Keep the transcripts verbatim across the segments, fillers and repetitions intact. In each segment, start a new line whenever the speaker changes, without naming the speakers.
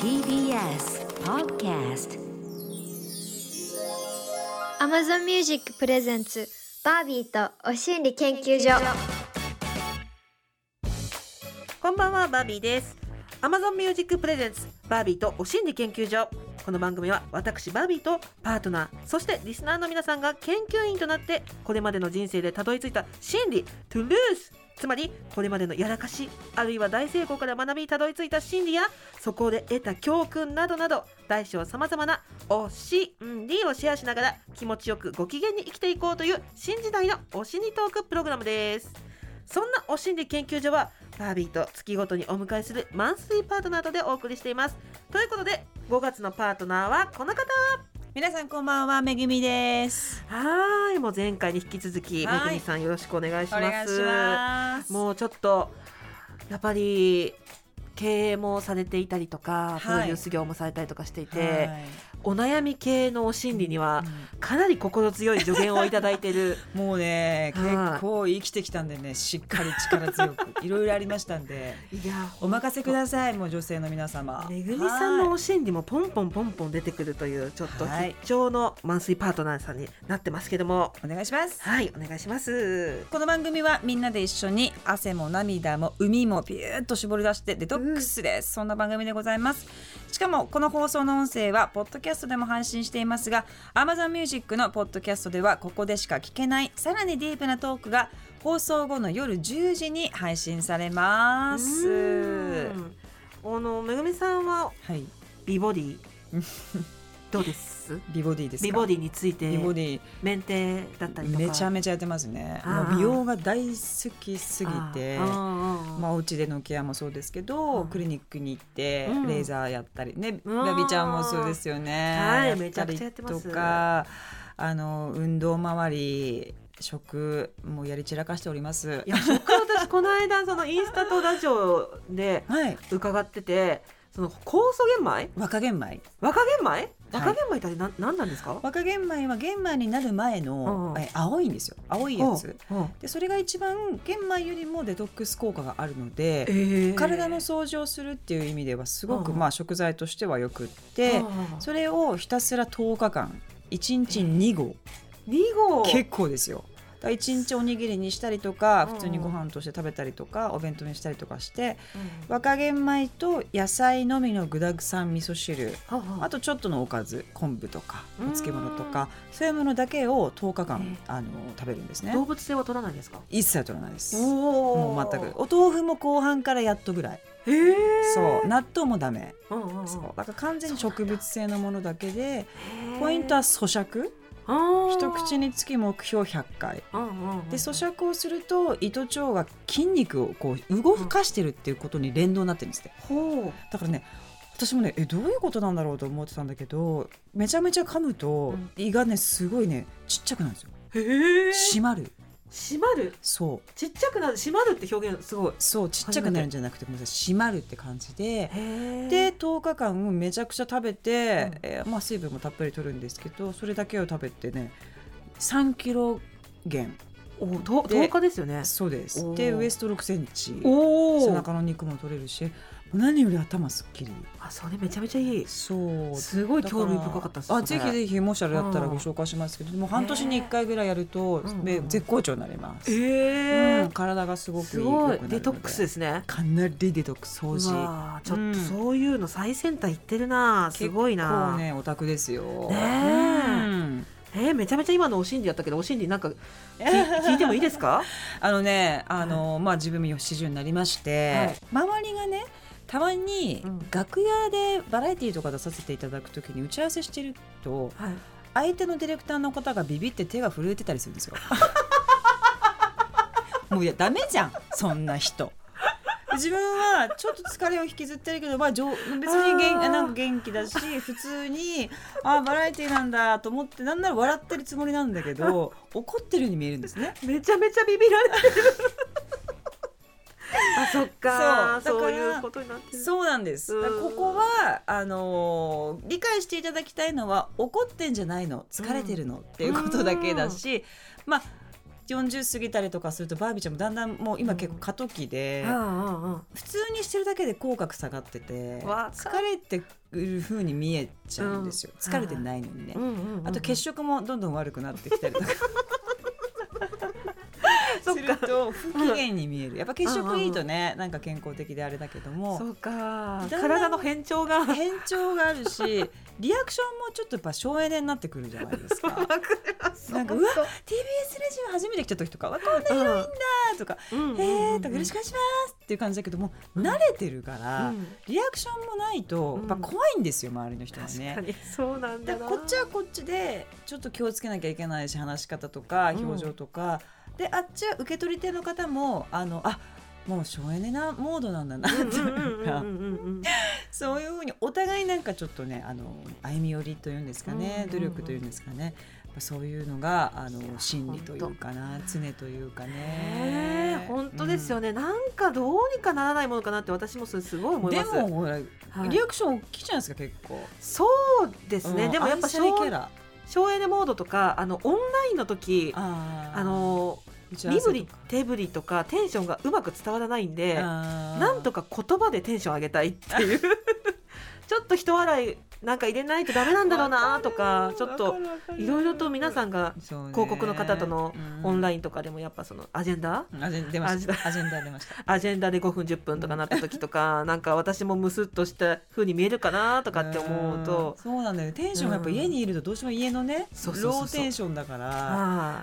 ティービーエス Podcast
Amazon Music プレゼンツバービーとお心理研究所。
こんばんは、バービーです。 Amazon Music プレゼンツバービーとお心理研究所。この番組は私バービーとパートナー、そしてリスナーの皆さんが研究員となってこれまでの人生でたどり着いた真理 To Lose、 つまりこれまでのやらかしあるいは大成功から学びたどり着いた真理やそこで得た教訓などなど大小さまざまなお心理をシェアしながら気持ちよくご機嫌に生きていこうという新時代のお心理トークプログラムです。そんなお心理研究所はバービーと月ごとにお迎えするマンスリーパートナーとでお送りしています。ということでごがつのパートナーはこの方。
皆さんこんばんは、めぐみです。
はーい、もう前回に引き続きめぐみさんよろしくお願いします。
お願いします。
もうちょっとやっぱり経営もされていたりとか、プロデュース業もされたりとかしていて、はい、お悩み系のお心理にはかなり心強い助言をいただいている
もうね、結構生きてきたんでね、しっかり力強くいろいろありましたんで、いやお任せください。もう女性の皆様、
めぐみさんのお心理もポンポンポンポン出てくるというちょっと必聴のマンスリーパートナーさんになってますけども、
お願いします。
はい、お願いします。
この番組はみんなで一緒に汗も涙も海もビューッと絞り出してデトックスです、うん、そんな番組でございます。しかもこの放送の音声はポッドキャストでも配信していますが、 Amazon Music のポッドキャストではここでしか聞けないさらにディープなトークが放送後の夜じゅうじに配信されます。
あのめぐみさんは、はい、美ボディどうです？
美ボディですか？
美ボディについて
美ボディ
メンテだったりとか
めちゃめちゃやってますね。もう美容が大好きすぎて、あまあお家でのケアもそうですけど、クリニックに行ってレーザーやったりね、ラビちゃんもそうですよね。
はい、めちゃくちゃやってます。
とかあの運動周り、食もやり散らかしております。
いや食私この間そのインスタとラジオで伺ってて、はい、その酵素玄米、
若玄米
若玄米若玄米って何、何なんですか？
若玄米は玄米になる前の、うん、え青いんですよ。青いやつ、うん、でそれが一番玄米よりもデトックス効果があるので、えー、体の掃除をするっていう意味ではすごく、まあ、食材としてはよくって、それをひたすらとおかかんいちにちにごう、
にごう
結構ですよ。いちにちおにぎりにしたりとか、普通にご飯として食べたりとかお弁当にしたりとかして、うん、若玄米と野菜のみの具だくさん味噌汁、あとちょっとのおかず、昆布とかお漬物とか、そういうものだけをとおかかんあの食べるんですね。
動物性は取らないですか？
一切取らないです。もう全く。お豆腐も後半からやっとぐらい。
へー、
そう、納豆もダメ、うんうんうん、そうだから完全に植物性のものだけで、ポイントは咀嚼、一口につき目標ひゃっかい、うんうんうん、で咀嚼をすると胃と腸が筋肉をこう動かしてるっていうことに連動になってるんですね、うん、だからね、私もねえどういうことなんだろうと思ってたんだけど、めちゃめちゃ噛むと胃がねすごいねちっちゃくなるんですよ。
へー、
締まる
締まる、
そう
ちっちゃくなる、締まるって表現すごい、
そうちっちゃくなるんじゃなくて締まるって感じで、でとおかかんめちゃくちゃ食べて、うん、えーまあ、水分もたっぷり取るんですけど、それだけを食べてねさんキロ減、
おととおかですよね。
そうです。でウエストろくセンチ、背中の肉も取れるし、何より頭すっきり。
あ、それめちゃめちゃいい。
そう、
すごい興味深かったです。
あ、ぜひぜひもしあれだったらご紹介しますけど、もう半年にいっかいぐらいやると、うんうん、絶好調になります。えーうん、体がすごくいい、すごい
デトックスですね。
かなりデトックス、掃除。
ちょっとそういうの最先端いってるな、すごいな。
結構ねオタクですよ。
ねえ、うんえー、めちゃめちゃ今のお心理やったけど、お心理なんか聞いてもいいですか？
あのね、あの、はい、まあ、自分もよんじゅうになりまして、はい、周りがねたまに楽屋でバラエティーとか出させていただくときに打ち合わせしてると、はい、相手のディレクターの方がビビって手が震えてたりするんですよもういやダメじゃんそんな人。自分はちょっと疲れを引きずってるけど、まあ、別に元なんか元気だし普通にあバラエティなんだと思って、なんなら笑ってるつもりなんだけど怒ってるように見えるんですね。
めちゃめちゃビビられてるあ、そっか、そう、そういうことになってる。
そうなんです。だからここはあのー、理解していただきたいのは、怒ってんじゃないの、疲れてるの、うん、っていうことだけだし、まあよんじゅう過ぎたりとかするとバービーちゃんもだんだんもう今結構過渡期で、
うんうんうん、
普通にしてるだけで口角下がってて疲れてくる風に見えちゃうんですよ、うん、疲れてないのにね、うんうんうんうん、あと血色もどんどん悪くなってきたりとかすると不機嫌に見える。やっぱ血色いいとね、なんか健康的であれだけども、
そうか、体の変調が
変調があるしリアクションもちょっとやっぱ省エネになってくるじゃないですか。なんかうわ ティービーエス レジ初めて来た時とかわこんな広いんだとか、うん、へーとかよろしくお願いしますっていう感じだけども、うん、慣れてるから、うん、リアクションもないとやっぱ怖いんですよ、周りの人はね。
確かにそうなんだな。
だからこっちはこっちでちょっと気をつけなきゃいけないし、話し方とか表情とか、うん、であっちは受け取り手の方もあのあもう省エネなモードなんだなっていうか、そういうふうにお互いなんかちょっとね、あの歩み寄りというんですかね、努力というんですかね、そういうのがあの心理というかな、常というかね。
本当ですよね、うん、なんかどうにかならないものかなって私もすごい思います。
でもほら、はい、リアクション大きいじゃないですか結構。
そうですね、
うん、
でもやっぱ省エネモードとかあのオンラインの時ああの身振り手振りとかテンションがうまく伝わらないんで、なんとか言葉でテンション上げたいっていうちょっと人笑いなんか入れないとダメなんだろうなとか、ちょっといろいろと皆さんが広告の方とのオンラインとかでもやっぱそのアジェンダ
アジェンダ出ましたアジェンダ出ました
アジェンダでごふんじゅっぷんとかなった時とかなんか私もムスッとした風に見えるかなとかって思うと、
そうなんだよね。テンションがやっぱ家にいるとどうしても家のねローテンションだから、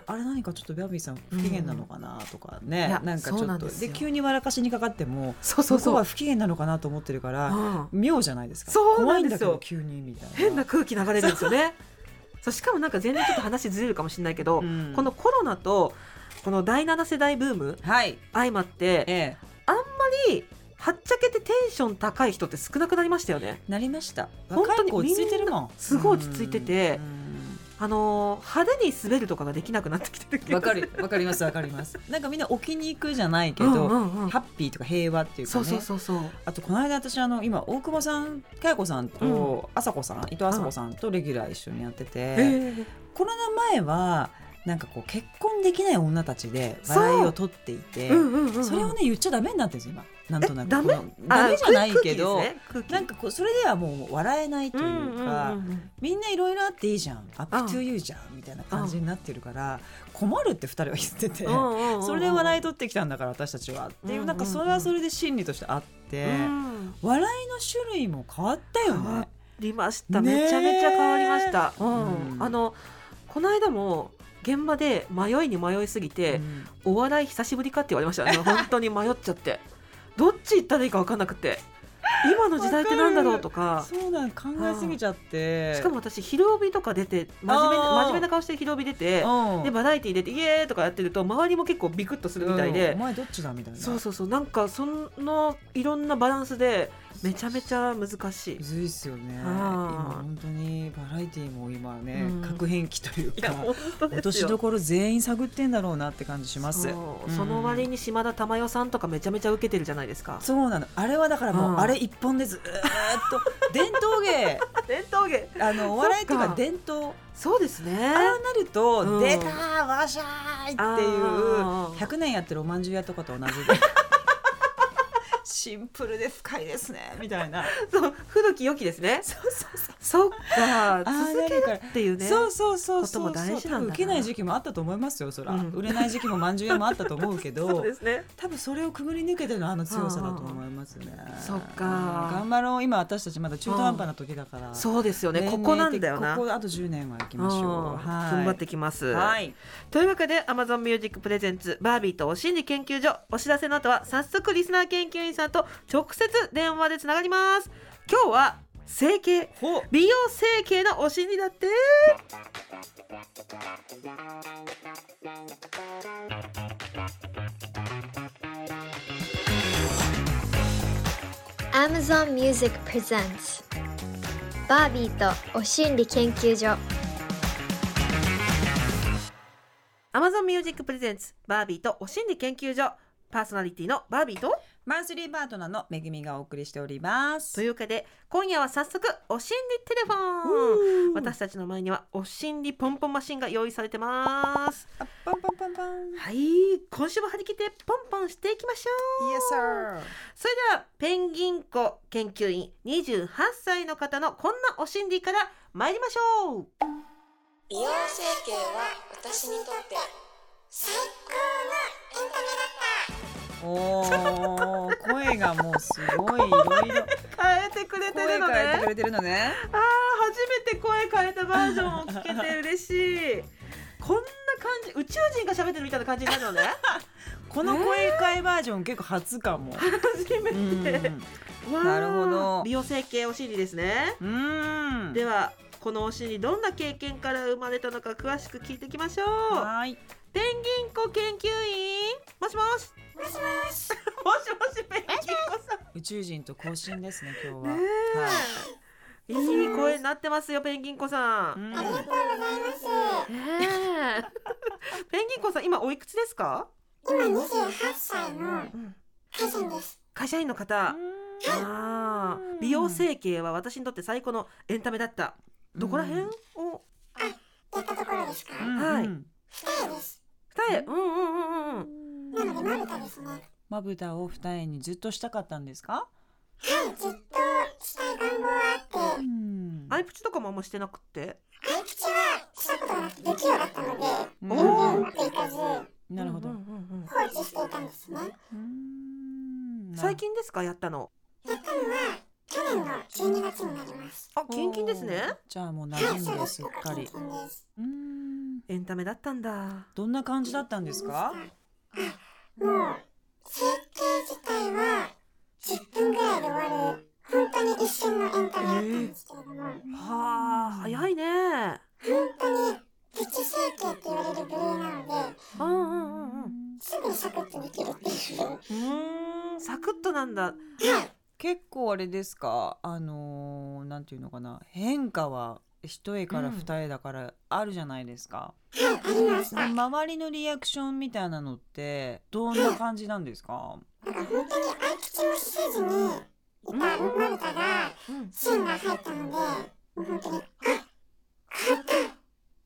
あれ何かちょっとバービーさん不機嫌なのかなとかね、なんかちょっとで急に笑かしにかかってもそこは不機嫌なのかなと思ってるから妙じゃないですか。怖いんだけど急にみたいな
変な空気流れるんですよね。そうしかもなんか全然ちょっと話ずれるかもしれないけど、うん、このコロナとこのだいなな世代ブーム、はい、相まって、ええ、あんまりはっちゃけてテンション高い人って少なくなりましたよね。
なりました。
本当に
落ち着いてるもん。
すごい落ち着いてて、あのー、派手に滑るとかができなくなってきてる。
わかるわかりますわかります。なんかみんな置きに行くじゃないけど、うんうんうん、ハッピーとか平和っていうかね。
そうそうそうそう。
あとこの間私あの今大久保さん、佳代子さんとあさこさん、伊藤あさこさんとレギュラー一緒にやってて、うん、コロナ前はなんかこう結婚できない女たちで笑いを取っていて、 そ,、うんうんうんうん、それをね言っちゃダメになってるんです今。なんとなくダメダメじゃないけど、ね、なんかこうそれではもう笑えないというか、うんうんうん、みんないろいろあっていいじゃん、アップトゥーユーじゃんみたいな感じになってるから困るってふたりは言ってて、うんうんうん、それで笑い取ってきたんだから私たちはっていう、なんかそれはそれで心理としてあって、うん、笑いの種類も変わったよね。
変わりました、めちゃめちゃ変わりました、うんうん、あのこの間も現場で迷いに迷いすぎて、うん、お笑い久しぶりかって言われましたね。本当に迷っちゃってどっち行ったらいいか分かんなくて、今の時代ってなんだろうとか、
そうなん考えすぎちゃって、
しかも私ひるおびとか出て真面目な真面目な顔してひるおび出てでバラエティー出てイエーとかやってると周りも結構ビクッとするみたいで、
お前どっちだみたいな、
そうそうそう、なんかそのいろんなバランスでめちゃめちゃ難しい。
むずいっすよね。今本当にバラエティーも今ね、うん、核変期というか落としどころ全員探ってんだろうなって感じします。
そ, う、うん、その割に島田珠代さんとかめちゃめちゃ受けてるじゃないですか。
そうなの、あれはだからもう、うん、あれ一本でずっと伝統芸
伝統芸
あのお笑いっていうか伝統、
そうですね。
ああなると、うん、出たーわしゃーいっていうひゃくねんやってるおまんじゅう屋とかと同じでシンプルで深いですねみたいな、
そう古き良きですね。
そうそうそう、
そっか、続けるっていうね、
そうそうそうそう、
ことも大事なんだな。
受けない時期もあったと思いますよそら、うん、売れない時期もまんじゅう屋もあったと思うけど
そうですね、
多分それをくぐり抜けてのあの強さだと思いますね。
そっか、
頑張ろう。今私たちまだ中途半端な時だから、
そうですよね、ここなんだよな。
ここあとじゅうねんは行きましょう、
はい、踏ん張ってきます、
はい、
というわけで Amazon Music Presents バービーとお心理研究所、お知らせの後は早速リスナー研究員さんと直接電話でつながります。今日は整形、美容整形のお心理だって。
Amazon Music Presents バービーとお心理研究所。
Amazon Music Presents バービーとお心理研究所、パーソナリティのバービーと
マンスリーパートナーのめぐみがお送りしております。
というわけで今夜は早速お心理テレフォン。私たちの前にはお心理ポンポンマシンが用意されてます。
あパンパンパンパン。
はい、今週も張り切ってポンポンしていきましょう。
Yes sir。
それではペンギン子研究員にじゅうはっさいの方のこんなお心理から参りましょう。
美容整形は私にとって最高のエンタメだった。
おー声がもうすごいいろいろ
変えてくれてるのね。
声変えてくれてるのね。
あー、初めて声変えたバージョンを聞けて嬉しい。こんな感じ、宇宙人が喋ってるみたいな感じになるのね。
この声変えバージョン結構初かも。
初めて。わー、
なるほど。
美容整形お心理ですね。
うーん。
ではこのお心理どんな経験から生まれたのか詳しく聞いていきましょう。
はい。
ペンギン子研究員、もしもし。
もしもし。
もしもしペンギン子さん。
宇宙人と交信ですね今日は。
ねえ、はい、いい声になってますよペンギン子さん。
うん
ありがとうございます。
ねえペンギン子さん今おいくつですか？
今にじゅうはっさいの会社員です。
会社員の方。あー、美容整形は私にとって最高のエンタメだった。どこら辺を？
あ、やったところですか？
うん
はい
うん
二重です。
二重。うんうんうんうんうん。
なのでまぶたですね。
まぶたを二重にずっとしたかったんですか？
はい、ずっとしたい願望はあって、
うん
アイプチとかもあんましてなくて。
アイプチはしたことがなくて不器用だったので、
うん
全然うまくいかず
なるほど。
うんうんうんうん。
放置していたんですね。
うーん
最近ですかやったの？
やったのは去年のじゅうにがつになります。
あ、キンキンですね。
じゃあもう馴
はい、
染んで
そうですす。
っかり。
キンキンです。
うーん
エンタメだったんだ。
どんな感じだったんですか？
もう整形自体はじゅっぷんぐらいで終わる本当に一瞬のエンタメだったんですけれども、
はあ、早いね。
本当にプチ整形って言われる部類なので、
うんうんうんうん。
すぐにサクッとできるっていう。
うーん、サクッとなんだ。
結構あれですか、あのー、なんていうのかな、変化は一重から二重だからあるじゃないですか、
はい、ありました。なんか
周りのリアクションみたいなのってどんな感じなんですか？
本当にアイプチもせずにいたまぶたが
うん。
芯が入ったので、もう本当に、あ、変わった、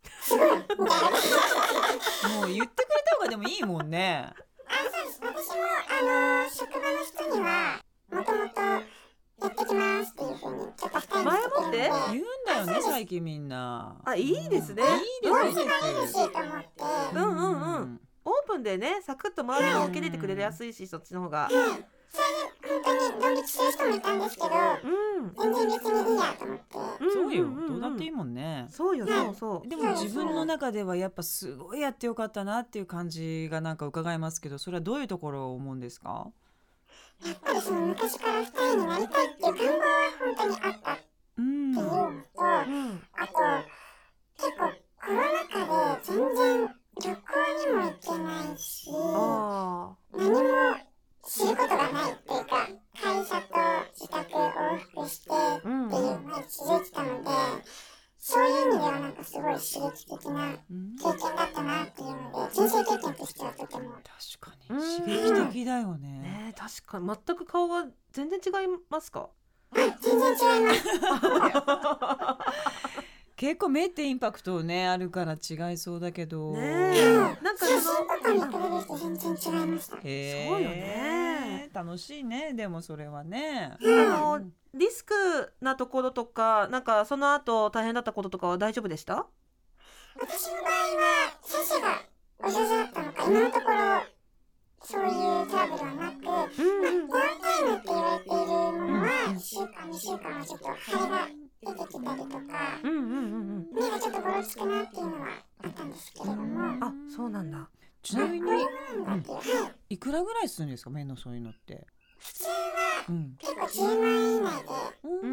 すごいみたいな。
もう言ってくれた方がでもいいもんね。
あ、そうです。私も、あのー、職場の人には、もともとやってきますっていうふうに、ちょっと二人
前もって
言うんだよね最近みんな。
あ、いいですね。
いいですいいです。
嬉しいと思って、
うんうんうん。オープンでね、サクッと周りを受け入れてくれやすいし、そっちの方が。
それで本当にドン引きする人もいたんですけど、
うん。
全然別にいいやと思って、
そうよ、
んんんん
どうだっていいもんね。
そうよ、そうそう。
でも自分の中ではやっぱすごいやってよかったなっていう感じがなんか伺いますけど、それはどういうところを思うんですか？
やっぱりその昔から二人になりたいっていう願望は本当にあったって
うん
いうのと、
うん。
あと、結構コロナ禍で全然旅行にも行けないし、
あ
何もすることがないっていうか、会社と自宅往復して
あ。う
って
ん。
いうのが続いてたので、そういう意味ではなんかすごい刺激的な
うん
経験だったなっていうので、人生経験としてはとても。
確か
うん
に刺激的だよね。
ねえ、確かに全く顔が全然違いますか？
はい、全然違います。
結構目ってインパクトねあるから違いそうだけど。
ねえ、なんか
写
そ
真
の
とかに比べると全然違いました。
へー
そうよね。
楽しいねでもそれはね。
あのリスクなところとか、なんかその後大変だったこととかは大丈夫でした？
私の場合は先生がお上手だったのか、今のところそういうトラブルはなく、まあ、
うんうん。
ダウンタイムって言われているものはいっしゅうかんにしゅうかんはちょっと腫れが出てきたりとか、
うんうんうんうん。
目がちょっとゴロつくなっていうのはあったんですけれども、
あ、そうなんだ。
ちなみに
これなんだっていう、はい、
いくらぐらいするんですか目のそういうのって。
普通は
うん。
結構じゅうまんえん以内で
うん。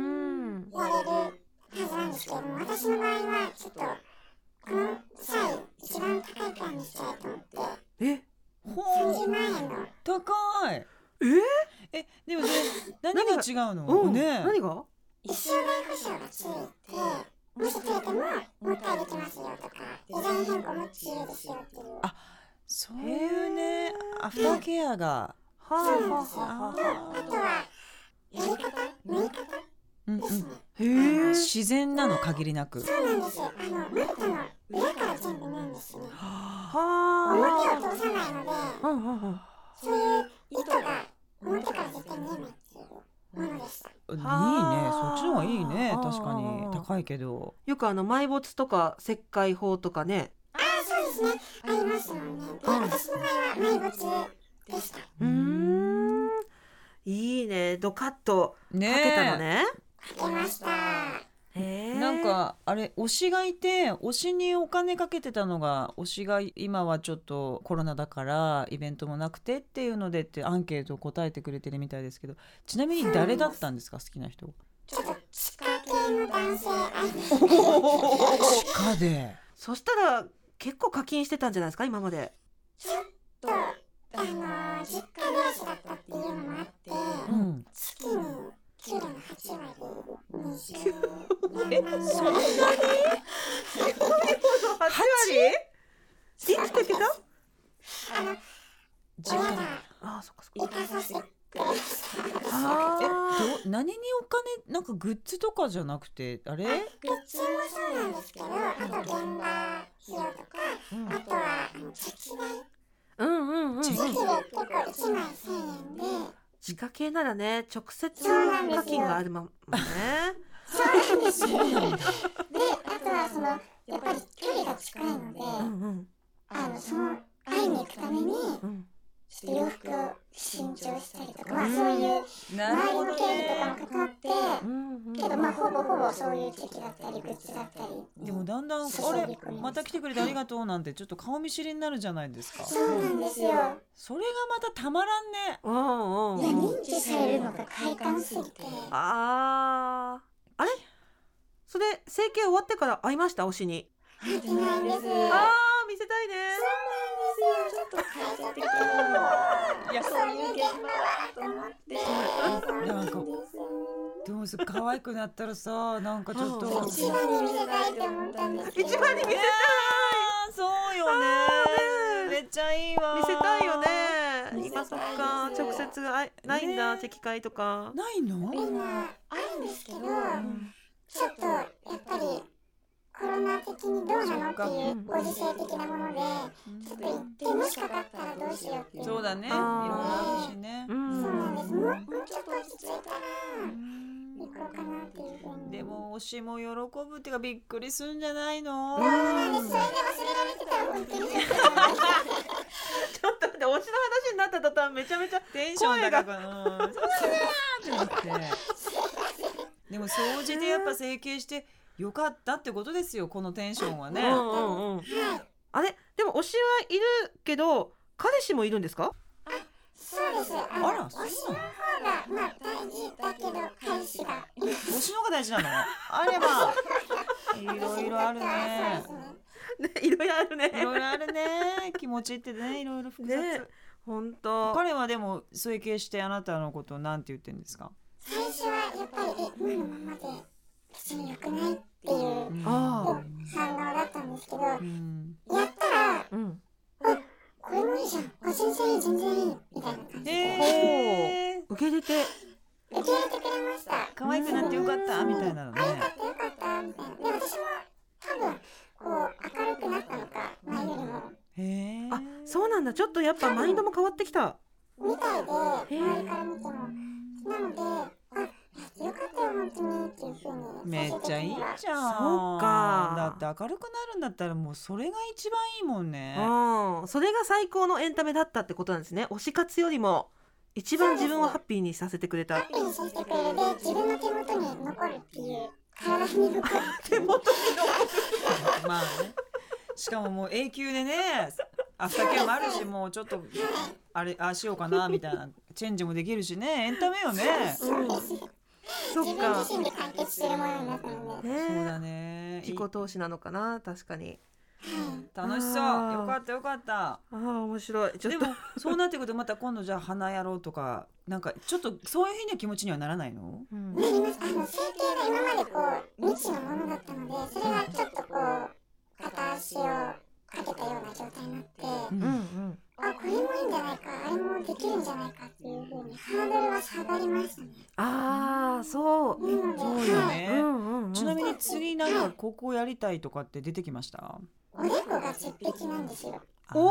やれるはずなんですけれども、私の場合はちょっとこの際一番高いプランにしたいと思って
え、
ほ
さんじゅうまんえんの
高い。
え、
えでもそれ何が違うの？
うん、
ね。
何が？
一生代保証がついて、もし取れてももう一回できますよとか、デザイン変更も自由ですよっていう。
あそういうねアフターケアが。
はは
そうなんですよ。
あ
とあとはやり方、縫い方
うんうん、
ですね。
へえ。
自然なの限りなく。
そうなんです。あのマットの上から全部縫うんですね。
は
表を通さないので、
あ。うんうんうん。
そういう糸が表から絶対見えないっていうものでした。
いいね、
はあ
そっちの方がいいね。
あー
確かに高いけど。
よくあの埋没とか石灰法とかね。
ああ、そうですね。ありますもんね。で、私の場合は埋没でした。
うーん。いいね。ドカッとか
ね
けたのね。
かけました。
へえ。
なんかあれ推しがいて、推しにお金かけてたのが、推しが今はちょっとコロナだからイベントもなくてっていうのでってアンケート答えてくれてるみたいですけど、ちなみに誰だったんですか、好きな人。
ちょっと地下系の男性アイドル。
地下で。
そしたら結構課金してたんじゃないですか今まで。
ちょっと、あのー、実家暮らしだったっていうのもあって、
うん。
月に給料のはち割にじゅう
え
何万
そんなに
ぐらい。
はち割？いつかけた？
あの、
実家で。
親が
ああ、そっかそっか。
行かさせてくれました。
あ
え
ー
ど何にお金、なんかグッズとかじゃなくてあれ？
グッズもそうなんですけど、あと現場費用とか、
うん
あとはあのチェキ代。
うんうんうん。
チェキ
チェキで結構いちまいせんえんで、
地下系ならね、直接
そうなんですよ
課金があるもんね。
そうなんですよ。で、あとはそのやっぱり距離が近いので、
うんうん
あのその会いに行くために
うん。
ちょっと洋服を新調したりとか、まあそういう
なる
周り
ほど
の経費と
ね。
かもかかって、
うんうん。
けどまあほぼほぼそういうチェキだったりグッズだったり。
でもだんだん、あれまた来てくれてありがとうなんてちょっと顔見知りになるじゃないですか。
そうなんですよ。
それがまたたまらんね。
うんうん
いや
うん。
認知されるのが快感すぎて。
ああ。あれ？それ整形終わってから会いました推しに。
入ってないんです。そう
ああ見せたいね。
なんですよ。ちょっと会社的にも。
いや
そういう現場はと思って。
なんか
そうです
でもさ、可愛くなったらさ、なんかちょっと
うん
一番に見せたいって思ったんですけど。
一番に見せ
あーそうよね。めっちゃいいわ。
見せたいよね。
見せたい
今そっか直接あいないんだ
ね
チェキ会とか。
ないの？
今あるんですけど、ちょっとやっぱりコロナ的にどうなのっていうご時世的なもので、ちょっと行ってもしかかったらどうしようっていう。
そうだね。いろいろ
あー
あるしね。
うん
そうなんです。もうもうちょっと落ち着いたら行こうかなっていうふうに。
でも推しも喜ぶっていうかびっくりするんじゃないの？
そうなんです。それで忘れられてたら本当にショックなんで。
ちょっと待って推しの話になった途端めちゃめちゃ
テンション高く、うん、そうだねーってなって。でも総じてやっぱ整形してよかったってことですよ、このテンションはね。
うんうんうん。あれでも推しはいるけど彼氏もいるんですか？
そうです。あの
あら
推しの方がまあ大事だけど彼氏が。
推しの方が大事なの？あればいろいろあるね。
ねいろいろあるね。
いろいろあるね。気持ちってね、いろいろ複雑。
ね本当。
彼はでも整形してあなたのことをなんて言ってるんですか？
最初はやっぱりえ今のままで別に良くないっていう
あ
反応だったんですけど、や
うん。
ったら
あ。うん。
これもいいじゃん、あ全然いい全然いいみたいな感じで
えー、
受け入れて。
受け入れてくれました。
可愛くなってよかったみたいなのね。
あよかったよかったみたいな。で私も多分こう明るくなったのか前よりも
へえ。
あそうなんだ。ちょっとやっぱマインドも変わってきた。
みたいで、周りから見てもなので、あよかったよ本当にっていう風に。
めっちゃいいじゃん。
そうか
だって明るくなるんだったらもうそれが一番いいもんね。
うん。それが最高のエンタメだったってことなんですね。推し活よりも一番自分をハッピーにさせてくれた。
ハッピーにさせてくれるで、自分の手元に残るっていう、体に残るっていう。
まあね。しかももう永久でね、アフターケアもあるし、もうちょっとあれああしようかなみたいなチェンジもできるしね、エンタメよね。
そうですよ。
そっか
自分自。身で完結してるものになったので。
ね
そうだね。
自己投資なのかな確かに。
楽しそう。
あー
よかったよかった。
ああ面白い。ちょっと
でもそうなってくるとまた今度じゃあ花やろうとか、なんかちょっとそういうふうな気持ちにはならないの？
うん
なります。あの整形が今までこう未知のものだったので、それがちょっとこう片足をかけたような状態になって、
うんうん。
あこれもいいんじゃないか、あれもできるんじゃないかっていう風にハードルは下がりましたね。
ああ、そう。
なので、
そうよね、
うんうんうん、
ちなみに次なんかここやりたいとかって出てきました？
おでこが絶壁なんですよ。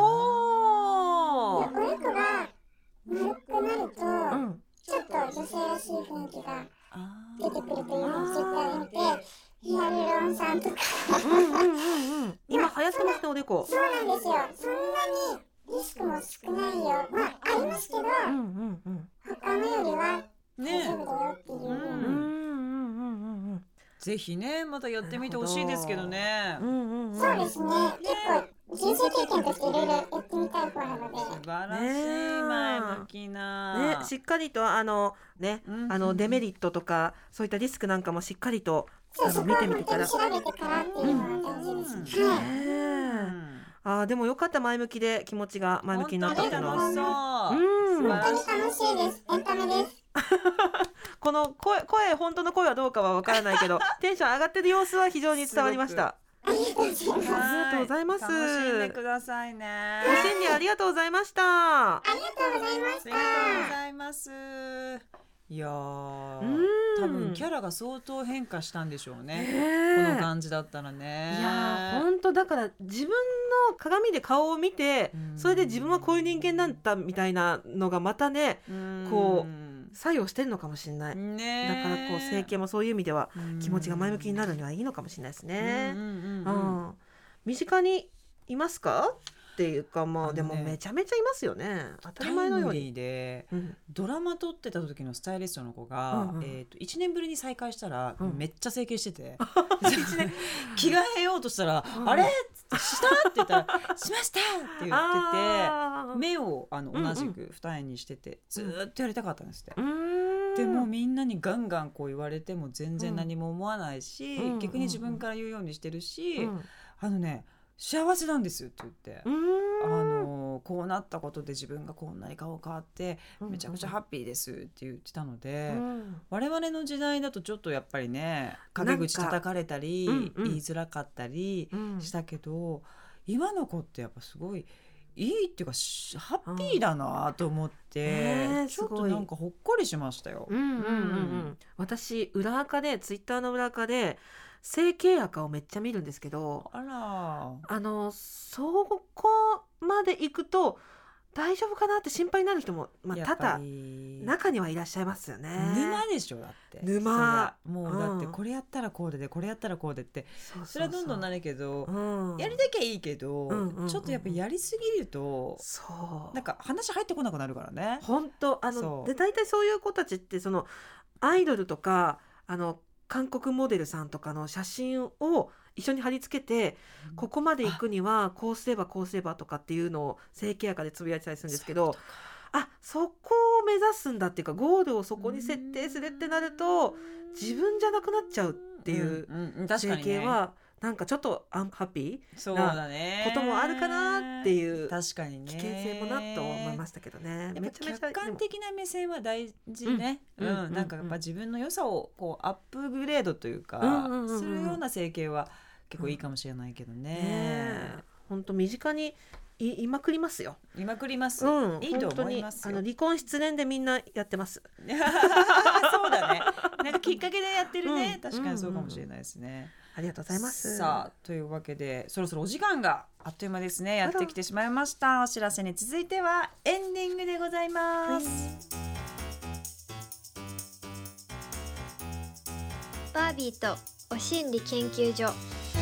おー、
おでこが丸くなると、
うん、
ちょっと女性らしい雰囲気が出てくるというのをツイッターで見て、ヒアルロン酸とか
うんうんうんうん、今流行ってますね、おでこ。
そうなんですよ。そんなにリスクも少ないよ。まあありますけど、
うんうんうん、
他のよりは大
ね
丈夫だよっていう風に、
うんうんうんうん、
ぜひねまたやってみてほしいですけどね。
うんうんうん、
そうですね。結構人生経験としていろいろやってみたい方なので。
素晴らしい、前向きな、
ね、しっかりとあのね、
うんうん、
あのデメリットとかそういったリスクなんかもしっかりとあの
そう、そこは
見てみてから。
調べてからっていうのが大事です。はい。
ね、あでもよかった、前向きで気持ちが前向きになったっていうのは。
本当に楽しそう、
うん、
本当に楽しいです。エンタメです。
この声、声本当の声はどうかはわからないけどテンション上がってる様子は非常に伝わりました。
ありがとうございます。
ありがとうございます。
楽しんでくださいね。
ご心理ありがとうございました。
ありがとうございまし
ありがとうございます。いやー、多分キャラが相当変化したんでしょうね、この感じだったらね。
いや本当だから自分の鏡で顔を見て、それで自分はこういう人間なんだみたいなのがまたね、こう作用してるのかもしれない、ね、だからこう整形もそういう意味では気持ちが前向きになるにはいいのかもしれないですね。身近にいますかっていうか、まあ、ね、でもめちゃめちゃいますよね、当たり前のように。
で、うん、ドラマ撮ってた時のスタイリストの子が、うんうん、えー、といちねんぶりに再会したら、うん、めっちゃ整形してて着替えようとしたら、うん、あれしたって言ったらしましたって言ってて、目をあの同じく二重にしてて、うんうん、ずっとやりたかったんですって、うん、でもみんなにガンガンこう言われても全然何も思わないし、うん、逆に自分から言うようにしてるし、うん、あのね幸せなんですって言って、あのこうなったことで自分がこんなに顔変わってめちゃくちゃハッピーですって言ってたので、うん、我々の時代だとちょっとやっぱりね陰口叩かれたり、うんうん、言いづらかったりしたけど、うん、今の子ってやっぱすごいいいっていうかハッピーだなと思って、うん、ちょっとなんかほっこりしましたよ。うんうんうんうん、
私裏垢でツイッターの裏垢で整形垢をめっちゃ見るんですけど、
あら
あのそこまで行くと大丈夫かなって心配になる人も、まあ、多々中にはいらっしゃいますよね。
沼でしょ、だって
沼、
もうだってこれやったらこうででこれやったらこうでって、うん、それはどんどんなるけど、うん、やりたきゃいいけど、うんうんうん、ちょっとやっぱやりすぎると、そうなんか話入ってこなくなるからね。
本当あので大体そういう子たちってそのアイドルとかあの韓国モデルさんとかの写真を一緒に貼り付けて、うん、ここまで行くにはこうすればこうすればとかっていうのを整形垢でつぶやいてたりするんですけど、あそこを目指すんだっていうかゴールをそこに設定するってなると自分じゃなくなっちゃうっていう整形はなんかちょっとアンハッピーなこともあるかなっていう危険性もなと思いましたけどね。
めちゃめちゃ客観的な目線は大事ね、うんうんうん、なんかやっぱ自分の良さをこうアップグレードというか、うんうんうん、するような整形は結構いいかもしれないけどね。
本当、うん、身近にいまくりますよ。
いまくります、
うん、
いいと思いますよ。
あの離婚失恋でみんなやってます
そうだね、なんかきっかけでやってるね、うん、確かにそうかもしれないですね、うんうんうん、
ありがとうございます。
さあというわけでそろそろお時間があっという間ですね、やってきてしまいました。お知らせに続いてはエンディングでございます、はい、
バービーとお心理研究所。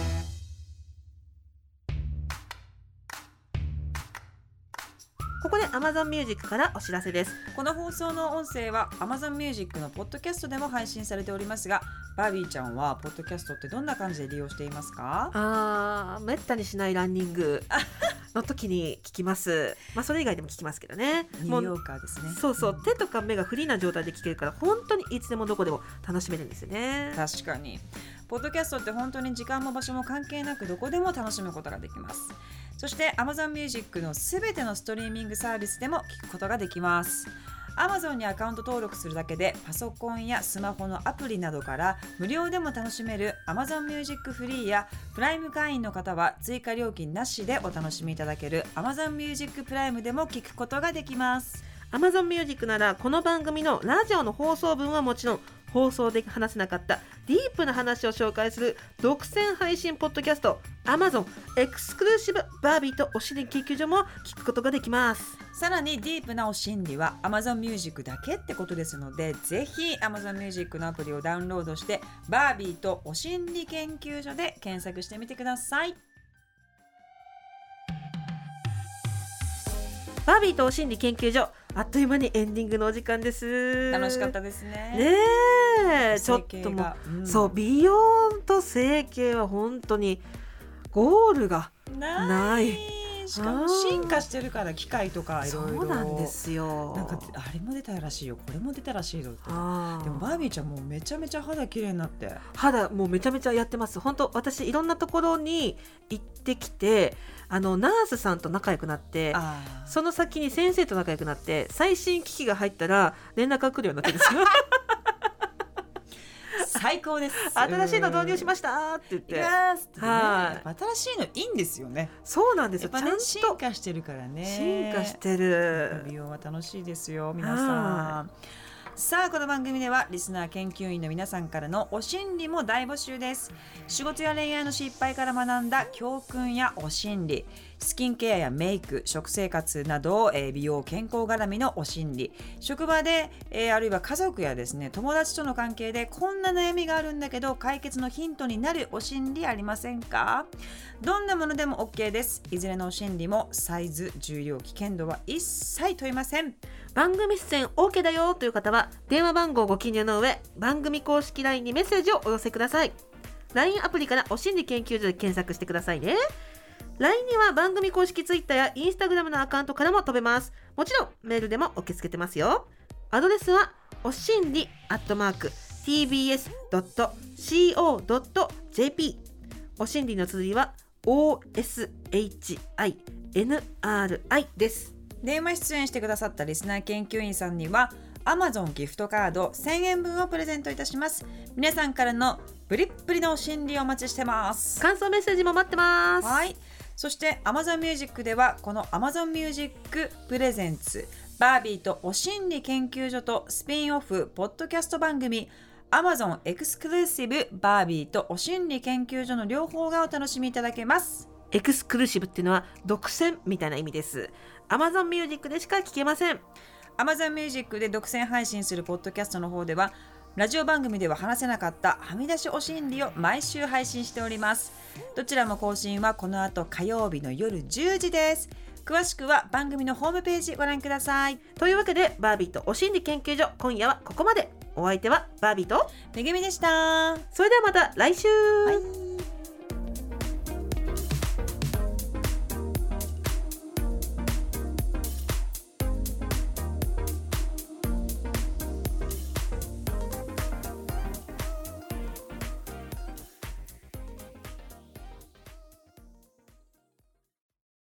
ここで Amazon Music からお知らせです。
この放送の音声は Amazon Music のポッドキャストでも配信されておりますが、バービーちゃんはポッドキャストってどんな感じで利用していますか？
あー、めったにしないランニングの時に聞きます。まあそれ以外でも聞きますけどね。
ニューヨーカーですね。
そうそう、手とか目がフリーな状態で聞けるから本当にいつでもどこでも楽しめるんですよね。
確かにポッドキャストって本当に時間も場所も関係なくどこでも楽しむことができます。そして Amazon Music のすべてのストリーミングサービスでも聞くことができます。 Amazon にアカウント登録するだけでパソコンやスマホのアプリなどから無料でも楽しめる Amazon Music Free やプライム会員の方は追加料金なしでお楽しみいただける Amazon Music プライムでも聞くことができます。
Amazon Music ならこの番組のラジオの放送分はもちろん、放送で話せなかったディープな話を紹介する独占配信ポッドキャスト Amazon エクスクルーシブバービーとお心理研究所も聞くことができます。
さらにディープなお心理は Amazon Music だけってことですので、ぜひ Amazon Music のアプリをダウンロードしてバービーとお心理研究所で検索してみてください。
バービーとお心理研究所、あっという間にエンディングのお時間です。
楽しかったですね。
ねえ、ちょっともう、うん、そう美容と整形は本当にゴールがない。
しかも進化してるから、機械とかいろいろ。
そうなんですよ。
なんかあれも出たらしいよ、これも出たらしいよって。でもバービーちゃんもうめちゃめちゃ肌綺麗になって。
肌もうめちゃめちゃやってます。本当私いろんなところに行ってきて、あのナースさんと仲良くなって、その先に先生と仲良くなって、最新機器が入ったら連絡が来るようになってるんですよ。
最高です。
新しいの導入しましたって言って、
はい、新しいのいいんですよね。
そうなんですよ。
やっぱね、進化してるからね。
進化してる。
美容は楽しいですよ、皆さん。さあ、この番組ではリスナー研究員の皆さんからのお心理も大募集です。仕事や恋愛の失敗から学んだ教訓やお心理、スキンケアやメイク、食生活など、えー、美容健康絡みのお心理、職場で、えー、あるいは家族やですね、友達との関係でこんな悩みがあるんだけど解決のヒントになるお心理ありませんか？どんなものでも OK です。いずれのお心理もサイズ、重量、危険度は一切問いません。
番組出演 OK だよという方は電話番号をご記入の上、番組公式 ライン にメッセージをお寄せください。 ライン アプリからお心理研究所で検索してくださいね。 ライン には番組公式 Twitter や Instagram のアカウントからも飛べます。もちろんメールでも受け付けてますよ。アドレスはおしんりアットマーク ティービーエスドットシーオードットジェーピー、 おしんりの綴りは オーエスエイチアイエヌアールアイ です。
電話出演してくださったリスナー研究員さんには Amazon ギフトカードせんえんぶんをプレゼントいたします。皆さんからのブリッブリのお心理をお待ちしてます。
感想メッセージも待ってます。
はい。そして Amazon Music ではこの Amazon Music プレゼンツバービーとお心理研究所とスピンオフポッドキャスト番組 Amazon エクスクルーシブバービーとお心理研究所の両方がお楽しみいただけます。
エクスクルーシブっていうのは独占みたいな意味です。 Amazon Music でしか聞けません。
Amazon Music で独占配信するポッドキャストの方ではラジオ番組では話せなかったはみ出しお心理を毎週配信しております。どちらも更新はこの後火曜日の夜じゅうじです。詳しくは番組のホームページご覧ください。
というわけでバービーとお心理研究所、今夜はここまで。お相手はバービーと
めぐみでした。
それではまた来週、
はい。